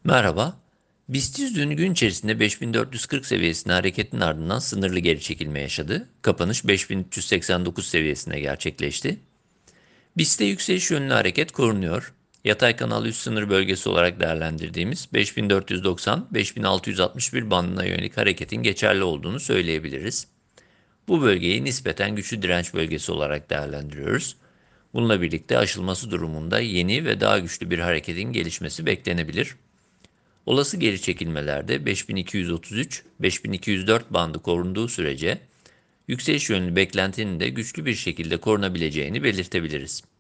Merhaba. BIST dün gün içerisinde 5440 seviyesine hareketin ardından sınırlı geri çekilme yaşadı. Kapanış 5389 seviyesine gerçekleşti. BIST'te yükseliş yönlü hareket korunuyor. Yatay kanal üst sınır bölgesi olarak değerlendirdiğimiz 5490-5661 bandına yönelik hareketin geçerli olduğunu söyleyebiliriz. Bu bölgeyi nispeten güçlü direnç bölgesi olarak değerlendiriyoruz. Bununla birlikte aşılması durumunda yeni ve daha güçlü bir hareketin gelişmesi beklenebilir. Olası geri çekilmelerde 5233-5204 bandı korunduğu sürece yükseliş yönlü beklentinin de güçlü bir şekilde korunabileceğini belirtebiliriz.